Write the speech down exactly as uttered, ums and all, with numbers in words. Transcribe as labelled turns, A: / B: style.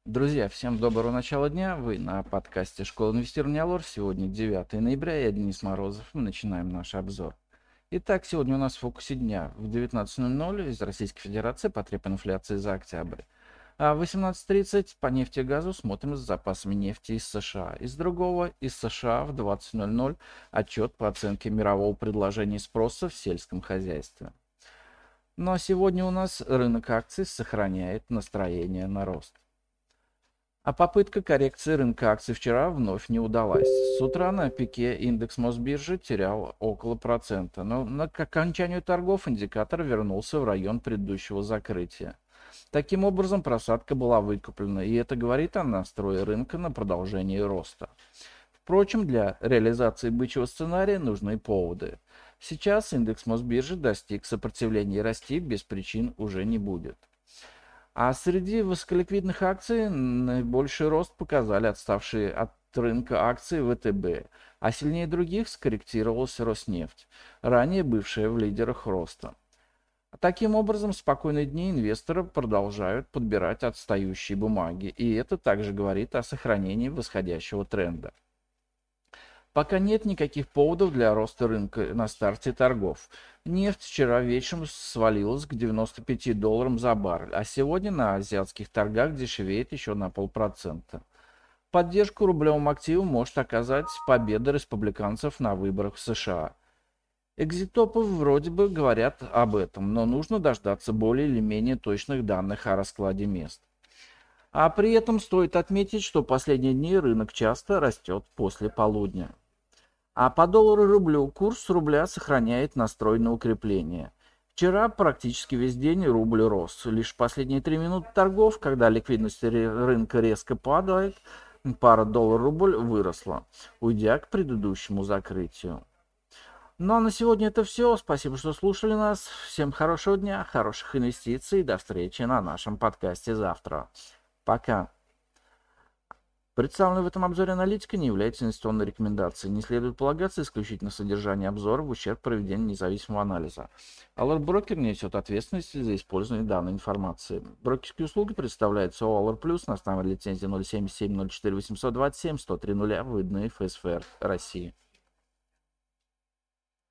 A: Друзья, всем доброго начала дня. Вы на подкасте «Школа инвестирования Алор». Сегодня девятое ноября, я Денис Морозов. Мы начинаем наш обзор. Итак, сегодня у нас в фокусе дня в девятнадцать ноль ноль из Российской Федерации потреб инфляции за октябрь. А в восемнадцать тридцать по нефти и газу смотрим с запасами нефти из США. Из другого, из США в двадцать ноль ноль отчет по оценке мирового предложения и спроса в сельском хозяйстве. Ну а сегодня у нас рынок акций сохраняет настроение на рост. А попытка коррекции рынка акций вчера вновь не удалась. С утра на пике индекс Мосбиржи терял около процента, но на- к окончанию торгов индикатор вернулся в район предыдущего закрытия. Таким образом, просадка была выкуплена, и это говорит о настрое рынка на продолжение роста. Впрочем, для реализации бычьего сценария нужны поводы. Сейчас индекс Мосбиржи достиг сопротивления и расти без причин уже не будет. А среди высоколиквидных акций наибольший рост показали отставшие от рынка акции ВТБ, а сильнее других скорректировался Роснефть, ранее бывшая в лидерах роста. Таким образом, в спокойные дни инвесторы продолжают подбирать отстающие бумаги, и это также говорит о сохранении восходящего тренда. Пока нет никаких поводов для роста рынка на старте торгов. Нефть вчера вечером свалилась к девяноста пяти долларам за баррель, а сегодня на азиатских торгах дешевеет еще на полпроцента. Поддержку рублевым активам может оказать победа республиканцев на выборах в США. Экзитопы вроде бы говорят об этом, но нужно дождаться более или менее точных данных о раскладе мест. А при этом стоит отметить, что последние дни рынок часто растет после полудня. А по доллару и рублю курс рубля сохраняет настрой на укрепление. Вчера практически весь день рубль рос. Лишь последние три минуты торгов, когда ликвидность рынка резко падает, пара доллар-рубль выросла, уйдя к предыдущему закрытию. Ну а на сегодня это все. Спасибо, что слушали нас. Всем хорошего дня, хороших инвестиций. До встречи на нашем подкасте завтра. Пока. Представленная в этом обзоре аналитика не является инвестиционной рекомендацией. Не следует полагаться исключительно на содержание обзора в ущерб проведению независимого анализа. Allure Broker несет ответственность за использование данной информации. Брокерские услуги предоставляются ООО Allure Plus на основе лицензии ноль семь семь ноль четыре восемьсот двадцать семь сто три нуля, выданной ФСФР России.